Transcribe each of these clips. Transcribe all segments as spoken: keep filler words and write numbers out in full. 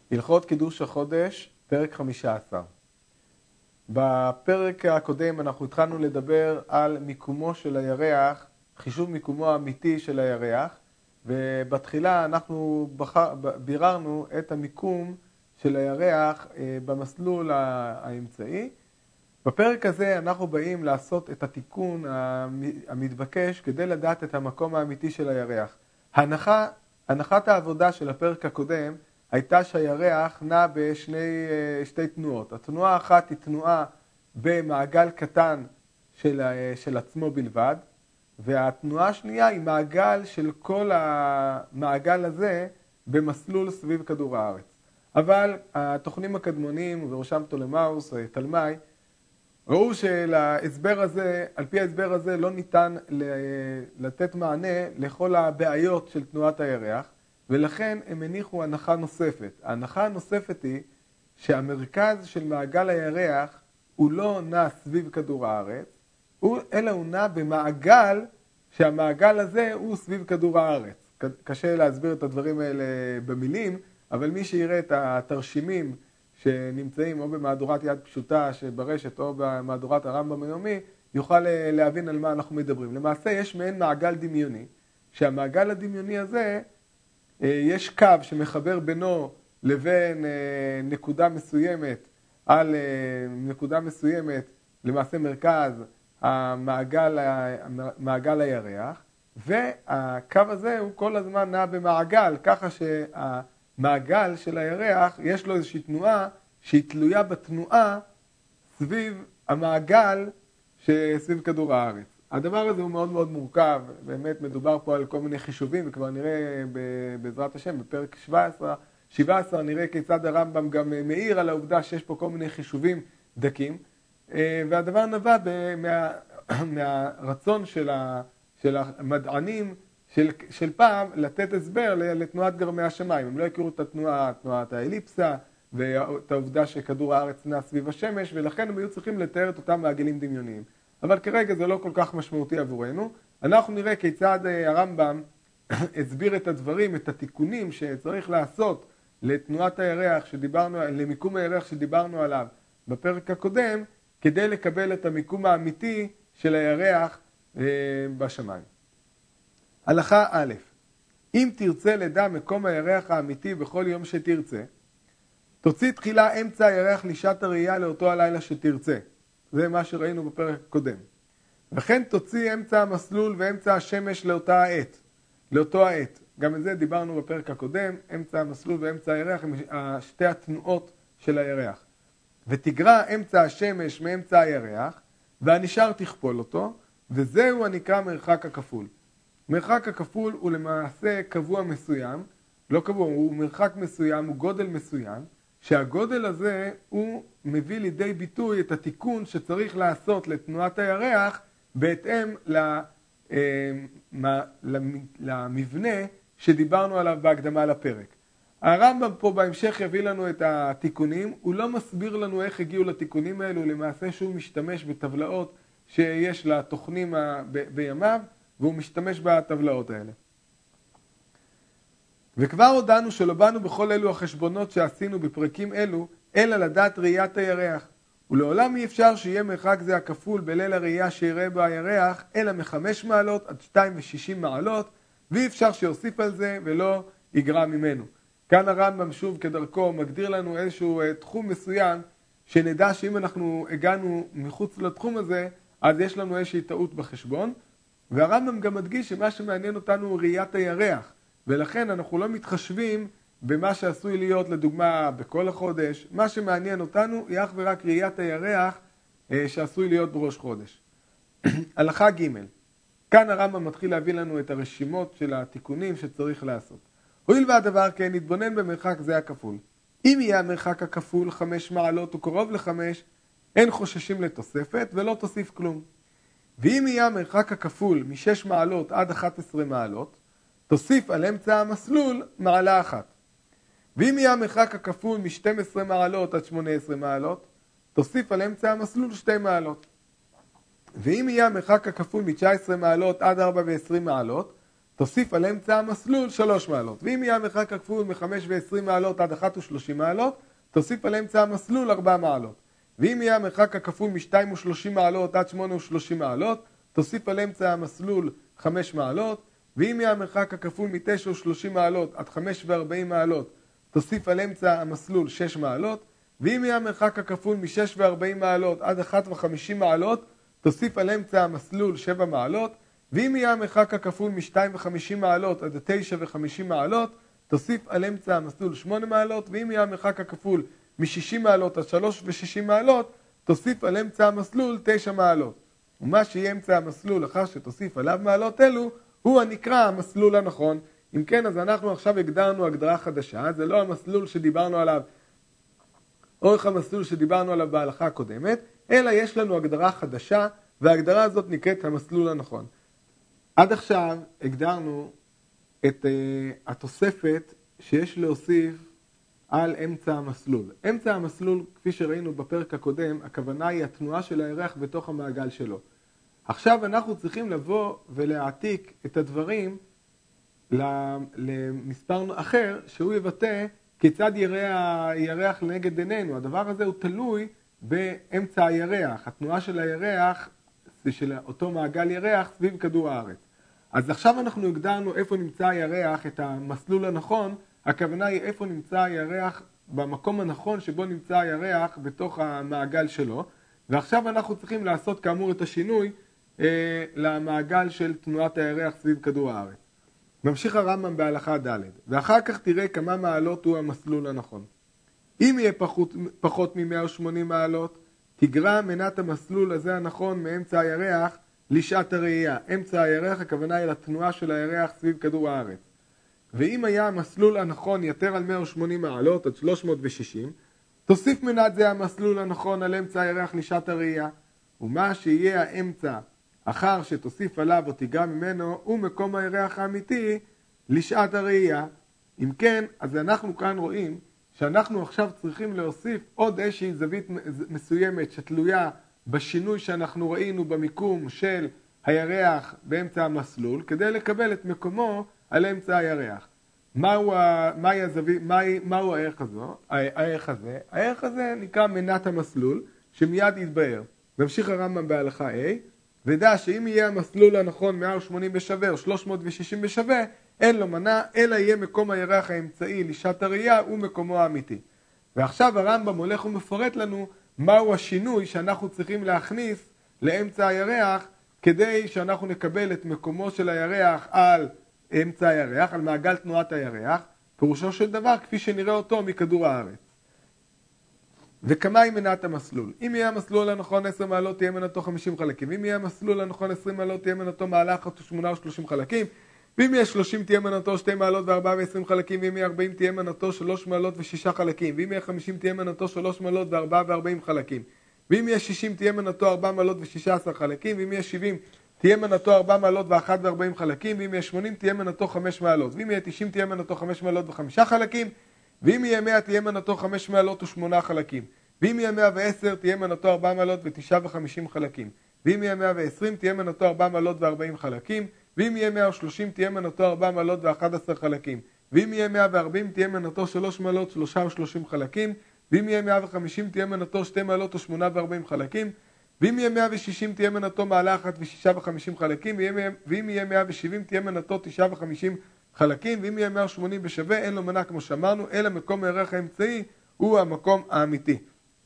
הלכות קידוש החודש, פרק חמישה עשר. בפרק הקודם אנחנו התחלנו לדבר על מיקומו של הירח, חישוב מיקומו האמיתי של הירח, ובתחילה אנחנו בחר, ביררנו את המיקום של הירח במסלול האמצעי. בפרק הזה אנחנו באים לעשות את התיקון המתבקש כדי לדעת את המקום האמיתי של הירח. הנחה, הנחת העבודה של הפרק הקודם הייתה שהירח נע בשני שתי תנועות. התנועה האחת היא תנועה במעגל קטן של, של עצמו בלבד, והתנועה השנייה היא מעגל של כל המעגל הזה במסלול סביב כדור הארץ. אבל התוכנים הקדמוניים, ובראשם פטולמאוס, תלמי, ראו שלהסבר הזה, על פי ההסבר הזה לא ניתן לתת מענה לכל הבעיות של תנועת הירח, ולכן הם הניחו הנחה נוספת. ההנחה הנוספת היא שהמרכז של מעגל הירח הוא לא נע סביב כדור הארץ, אלא הוא נע במעגל שהמעגל הזה הוא סביב כדור הארץ. קשה להסביר את הדברים האלה במילים, אבל מי שיראה את התרשימים שנמצאים או במהדורת יד פשוטה שברשת או במהדורת הרמב"ם היומי, יוכל להבין על מה אנחנו מדברים. למעשה יש מעין מעגל דמיוני, שהמעגל הדמיוני הזה יש קו שמחבר בינו לבין נקודה מסוימת על נקודה מסוימת, למעשה מרכז המעגל, מעגל הירח, והקו הזה הוא כל הזמן נע במעגל, ככה שהמעגל של הירח יש לו איזושהי תנועה שהיא תלויה בתנועה סביב המעגל שסביב כדור הארץ. הדבר הזה הוא מאוד מאוד מורכב, באמת מדובר פה על כל מיני חישובים, וכבר נראה בעזרת השם בפרק שבע עשרה נראה כיצד הרמב"ם גם מאיר על העובדה שיש פה כל מיני חישובים דקים, והדבר נבע מה, מהרצון של, ה, של המדענים של, של פעם לתת הסבר לתנועת גרמי השמיים. הם לא הכירו את התנועה, תנועת האליפסה, ואת העובדה שכדור הארץ נע סביב השמש, ולכן הם היו צריכים לתאר את אותם מעגלים דמיוניים. אבל כרגע זה לא כל כך משמעותי עבורנו. אנחנו נראה כיצד הרמב"ם הסביר את הדברים, את התיקונים שצריך לעשות לתנועת הירח שדיברנו, למיקום הירח שדיברנו עליו בפרק הקודם, כדי לקבל את המיקום האמיתי של הירח בשמיים. הלכה א', אם תרצה לדע מקום הירח האמיתי בכל יום שתרצה, תוציא תחילה אמצע הירח לשעת הראייה לאותו הלילה שתרצה. זה מה שראינו בפרק הקודם. וכן תוציא אמצע המסלול ואמצע השמש לאותה העת, לאותו העת. גם את זה דיברנו בפרק הקודם, אמצע המסלול ואמצע הירח הם שתי התנועות של הירח. ותגרע אמצע השמש מאמצע הירח, והנשאר תכפול אותו, וזהו הנקרא מרחק הכפול. מרחק הכפול הוא למעשה קבוע מסוים, לא קבוע, הוא מרחק מסוים, הוא גודל מסוים, שהגודל הזה הוא מביא לידי ביטוי את התיקון שצריך לעשות לתנועת הירח בהתאם למבנה שדיברנו עליו בהקדמה לפרק. הרמב"ם פה בהמשך יביא לנו את התיקונים, הוא לא מסביר לנו איך הגיעו לתיקונים האלו, למעשה שהוא משתמש בטבלאות שיש לתוכנים בימיו, והוא משתמש בטבלאות האלה. וכבר הודענו שלא באנו בכל אלו החשבונות שעשינו בפרקים אלו, אלא לדעת ראיית הירח. ולעולם אי אפשר שיהיה מרחק זה הכפול בליל הראייה שיראה בו הירח, אלא מחמש מעלות עד שתיים ושישים מעלות, ואי אפשר שיוסיף על זה ולא יגרע ממנו. כאן הרמב"ם שוב כדרכו מגדיר לנו איזשהו תחום מסוים, שנדע שאם אנחנו הגענו מחוץ לתחום הזה, אז יש לנו איזושהי טעות בחשבון. והרמב"ם גם מדגיש שמה שמעניין אותנו הוא ראיית הירח. ולכן אנחנו לא מתחשבים במה שעשוי להיות לדוגמה בכל החודש. מה שמעניין אותנו היא אך ורק ראיית הירח שעשוי להיות בראש חודש. הלכה ג' כאן הרמב"ם מתחיל להביא לנו את הרשימות של התיקונים שצריך לעשות. הואיל והדבר כן נתבונן במרחק זה הכפול. אם יהיה המרחק הכפול חמש מעלות וקרוב לחמש, אין חוששים לתוספת ולא תוסיף כלום. ואם יהיה המרחק הכפול משש מעלות עד אחת עשרה מעלות, תוסיף על אמצע המסלול מעלה אחת. ואם יהיה המרחק הכפול מ-שתים עשרה מעלות עד שמונה עשרה מעלות, תוסיף על אמצע המסלול שתי מעלות. ואם יהיה המרחק הכפול מ-תשע עשרה מעלות עד ארבע ועשרים מעלות, תוסיף על אמצע המסלול שלוש מעלות. ואם יהיה המרחק הכפול מ-חמש ועשרים מעלות עד אחת ושלושים מעלות, תוסיף על אמצע המסלול ארבע מעלות. ואם יהיה המרחק הכפול מ-שתיים ושלושים מעלות עד שמונה ושלושים מעלות, תוסיף על אמצע המסלול חמש מעלות. ואם יהיה המרחק הכפול מ-תשע ושלושים מעלות עד חמש וארבעים מעלות, תוסיף על אמצע המסלול שש מעלות. ואם יהיה המרחק הכפול מ-שש וארבעים מעלות עד אחת וחמישים מעלות, תוסיף על אמצע המסלול שבע מעלות. ואם יהיה המרחק הכפול מ-שתיים וחמישים מעלות עד תשע וחמישים מעלות, תוסיף על אמצע המסלול שמונה מעלות. ואם יהיה המרחק הכפול מ-שישים מעלות עד שלוש ושישים מעלות, תוסיף על אמצע המסלול תשע מעלות. ומה שיהיה אמצע המסלול אחר שתוסיף עליו מעלות אלו, הוא הנקרא המסלול הנכון. אם כן, אז אנחנו עכשיו הגדרנו הגדרה חדשה, זה לא המסלול שדיברנו עליו, אורך המסלול שדיברנו עליו בהלכה הקודמת, אלא יש לנו הגדרה חדשה, וההגדרה הזאת נקראת המסלול הנכון. עד עכשיו הגדרנו את uh, התוספת שיש להוסיף על אמצע המסלול. אמצע המסלול, כפי שראינו בפרק הקודם, הכוונה היא התנועה של הירח בתוך המעגל שלו. עכשיו אנחנו צריכים לבוא ולהעתיק את הדברים למספר אחר, שהוא יבטא כיצד יראה הירח לנגד עינינו. הדבר הזה הוא תלוי באמצע הירח, התנועה של הירח, של אותו מעגל ירח סביב כדור הארץ. אז עכשיו אנחנו הגדרנו איפה נמצא הירח, את המסלול הנכון. הכוונה היא איפה נמצא הירח במקום הנכון שבו נמצא הירח בתוך המעגל שלו. ועכשיו אנחנו צריכים לעשות כאמור את השינוי אה, למעגל של תנועת הירח סביב כדור הארץ. ממשיך הרמב"ם בהלכה ד', ואחר כך תראה כמה מעלות הוא המסלול הנכון. אם יהיה פחות, פחות מ-מאה ושמונים מעלות, תגרע מנת המסלול הזה הנכון מאמצע הירח לשעת הראייה. אמצע הירח הכוונה היא לתנועה של הירח סביב כדור הארץ. ואם היה המסלול הנכון יותר על מאה ושמונים מעלות עד שלוש מאות ושישים, תוסיף מנת זה המסלול הנכון על אמצע הירח לשעת הראייה. ומה שיהיה האמצע אחר שתוסיף עליו או תיגרע ממנו הוא מקום הירח האמיתי לשעת הראייה. אם כן, אז אנחנו כאן רואים שאנחנו עכשיו צריכים להוסיף עוד איזושהי זווית מסוימת שתלויה בשינוי שאנחנו ראינו במיקום של הירח באמצע המסלול, כדי לקבל את מקומו על אמצע הירח. מהו, מהי הזווית, מהי, מהו הערך הזה? הערך הזה? הערך הזה נקרא מנת המסלול, שמיד יתבהר. ממשיך הרמב"ם בהלכה A, ודע שאם יהיה המסלול הנכון מאה ושמונים בשווה או שלוש מאות ושישים בשווה, אין לו מנה, אלא יהיה מקום הירח האמצעי לשעת הראייה ומקומו האמיתי. ועכשיו הרמב"ם הולך ומפרט לנו מהו השינוי שאנחנו צריכים להכניס לאמצע הירח, כדי שאנחנו נקבל את מקומו של הירח על אמצע הירח, על מעגל תנועת הירח, פירושו של דבר כפי שנראה אותו מכדור הארץ. וכמה היא מנת המסלול? אם יהיה המסלול הנכון עשר מעלות תהיה מנתו חמישים חלקים, אם יהיה המסלול הנכון עשרים מעלות תהיה מנתו מעלה אחת ושמונה ושלושים חלקים, ואם יהיה שלושים תהיה מנתו שתי מעלות וארבע ועשרים חלקים, ואם יהיה ארבעים תהיה מנתו שלוש מעלות ושישה חלקים, ואם יהיה חמישים תהיה מנתו שלוש מעלות וארבע וארבעים חלקים, ואם יהיה שישים תהיה מנתו ארבע מעלות ושישה עשר חלקים, ואם יהיה שבעים תהיה מנתו ארבע מעלות ואחת וארבעים חלקים, ואם יהיה שמונים תהיה מנתו חמש מעלות, ואם יהיה תשעים תהיה מנתו חמש מעלות וחמישה חלקים, ואם יהיה מאה תהיה מנתו חמש מעלות ושמונה חלקים, ואם יהיה מאה ועשר תהיה מנתו ארבע מעלות ותשעה וחמישים חלקים, ואם יהיה מאה ועשרים תהיה מנתו ארבע מעלות וארבעים חלקים, ואם יהיה מאה ושלושים תהיה מנתו ארבע מעלות ואחת עשרה חלקים, ואם יהיה מאה וארבעים תהיה מנתו שלוש מעלות שלושה ושלושים חלקים, ואם יהיה מאה וחמישים תהיה מנתו שתי מעלות ושמונה וארבעים חלקים, ואם יהיה מאה ושישים תהיה מנתו מעלה אחת ושישה וחמישים חלקים, ואם יהיה מאה ושבעים תהיה מנתו תשעה וחמישים חלקים, ואם יהיה מאה ושמונים בשווה אין לו מנה כמו שאמרנו, אלא מקום הירח האמצעי הוא המקום האמיתי.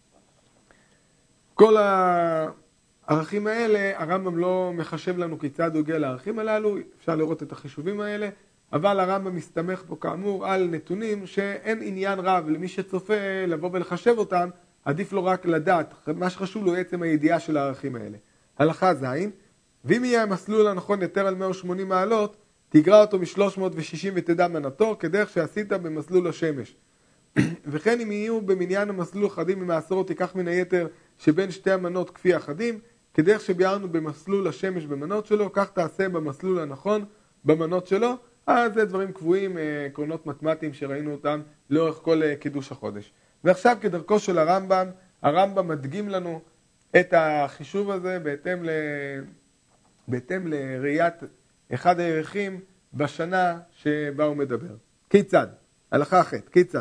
כל הערכים האלה, הרמב"ם לא מחשב לנו כיצד הוא הגיע לערכים הללו, אפשר לראות את החישובים האלה, אבל הרמב"ם מסתמך פה כאמור על נתונים שאין עניין רב למי שצופה לבוא ולחשב אותם, עדיף לו רק לדעת, מה שחשוב לו עצם הידיעה של הערכים האלה. הלכה ז', ואם יהיה המסלול הנכון יותר על מאה ושמונים מעלות, תגרע אותו מ-שלוש מאות ושישים ותדע מנתו, כדרך שעשית במסלול השמש. וכן אם יהיו במניין המסלול אחדים ממעשרות, תיקח מן היתר שבין שתי המנות כפי אחדים, כדרך שביארנו במסלול השמש במנות שלו, כך תעשה במסלול הנכון במנות שלו. אז זה דברים קבועים, עקרונות מתמטיים שראינו אותם לאורך כל קידוש החודש. ועכשיו כדרכו של הרמב"ם, הרמב"ם מדגים לנו את החישוב הזה בהתאם, ל... בהתאם לראיית אחד הערכים בשנה שבה הוא מדבר. כיצד? הלכה אחת, כיצד?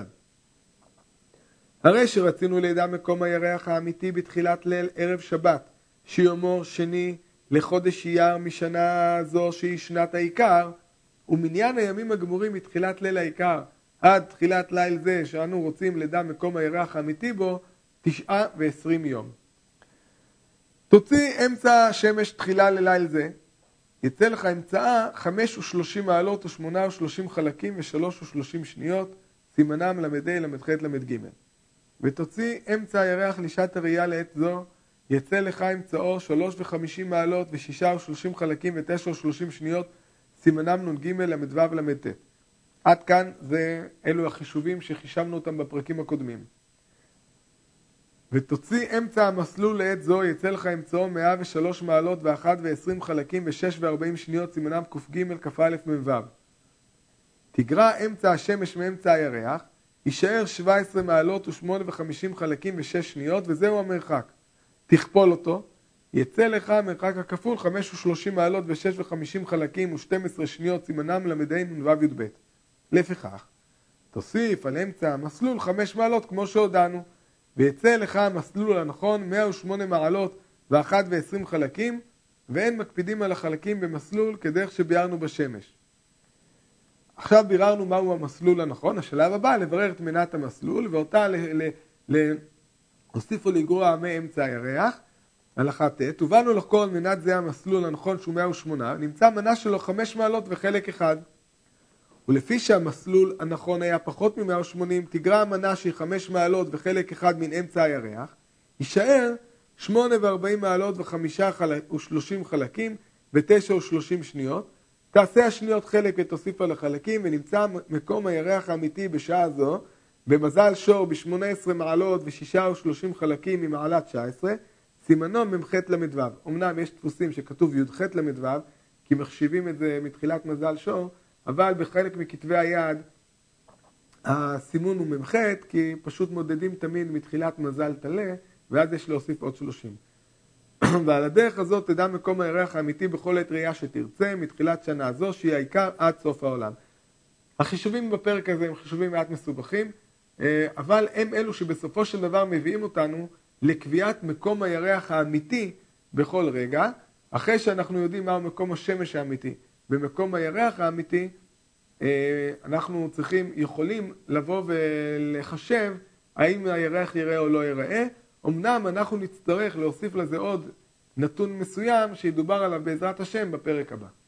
הרי שרצינו לידע מקום הירח האמיתי בתחילת ליל ערב שבת, שיומו שני לחודש אייר משנה זו שהיא שנת העיקר, ומניין הימים הגמורים מתחילת ליל העיקר עד תחילת ליל זה שאנו רוצים לדע מקום הירח האמיתי בו, תשעה ועשרים יום. תוציא אמצע השמש תחילה לליל זה, יצא לך אמצעה חמש ושלושים מעלות ושמונה ושלושים חלקים ושלוש ושלושים שניות, סימנם למדי למדחת למד ג'. ותוציא אמצע הירח לשעת הראייה לעת זו, יצא לך אמצעו שלוש וחמישים מעלות ושישה ושלושים חלקים ותשע ושלושים שניות, סימנם נ"ג למדו ולמד ט'. עד כאן זה אלו החישובים שחישבנו אותם בפרקים הקודמים. ותוציא אמצע המסלול לעת זו, יצא לך אמצעו מאה ושלוש מעלות ואחת ועשרים חלקים ושש וארבעים שניות, סימנם ק"ג כ"א מ"ו. תגרע אמצע השמש מאמצע הירח, יישאר שבע עשרה מעלות ושמונה וחמישים חלקים ושש שניות, וזהו המרחק. תכפול אותו, יצא לך המרחק הכפול חמש ושלושים מעלות ושש וחמישים חלקים ושתים עשרה שניות, סימנם למדי נ"ו י"ב. לפיכך, תוסיף על אמצע המסלול חמש מעלות כמו שהודענו, ויצא לך המסלול הנכון מאה ושמונה מעלות ואחת ועשרים חלקים, ואין מקפידים על החלקים במסלול כדרך שביארנו בשמש. עכשיו ביררנו מהו המסלול הנכון, השלב הבא לברר את מנת המסלול, ואותה להוסיף ולגרוע מאמצע הירח, הלכה ט'. ובאנו לחקור על מנת זה המסלול הנכון שהוא מאה ושמונה, נמצא מנה שלו חמש מעלות וחלק אחד. ולפי שהמסלול הנכון היה פחות מ-מאה ושמונים, תגרע המנה שהיא חמש מעלות וחלק אחד מן אמצע הירח, יישאר שמונה וארבעים מעלות וחמישה ושלושים חלקים ותשע ושלושים שניות. תעשה השניות חלק ותוסיף על החלקים, ונמצא מקום הירח האמיתי בשעה זו, במזל שור ב-שמונה עשרה מעלות ושישה ושלושים חלקים ממעלה תשע עשרה, סימנו ממ"ח למדו. אמנם יש דפוסים שכתוב י"ח למדו, כי מחשיבים את זה מתחילת מזל שור, אבל בחלק מכתבי היד הסימון הוא ממ"ח, כי פשוט מודדים תמיד מתחילת מזל תלה, ואז יש להוסיף עוד שלושים. ועל הדרך הזאת תדע מקום הירח האמיתי בכל עת ראייה שתרצה, מתחילת שנה זו שהיא העיקר עד סוף העולם. החישובים בפרק הזה הם חישובים מעט מסובכים, אבל הם אלו שבסופו של דבר מביאים אותנו לקביעת מקום הירח האמיתי בכל רגע, אחרי שאנחנו יודעים מהו מקום השמש האמיתי. במקום הירח האמיתי אנחנו צריכים, יכולים לבוא ולחשב האם הירח יראה או לא יראה. אמנם אנחנו נצטרך להוסיף לזה עוד נתון מסוים שידובר עליו בעזרת השם בפרק הבא.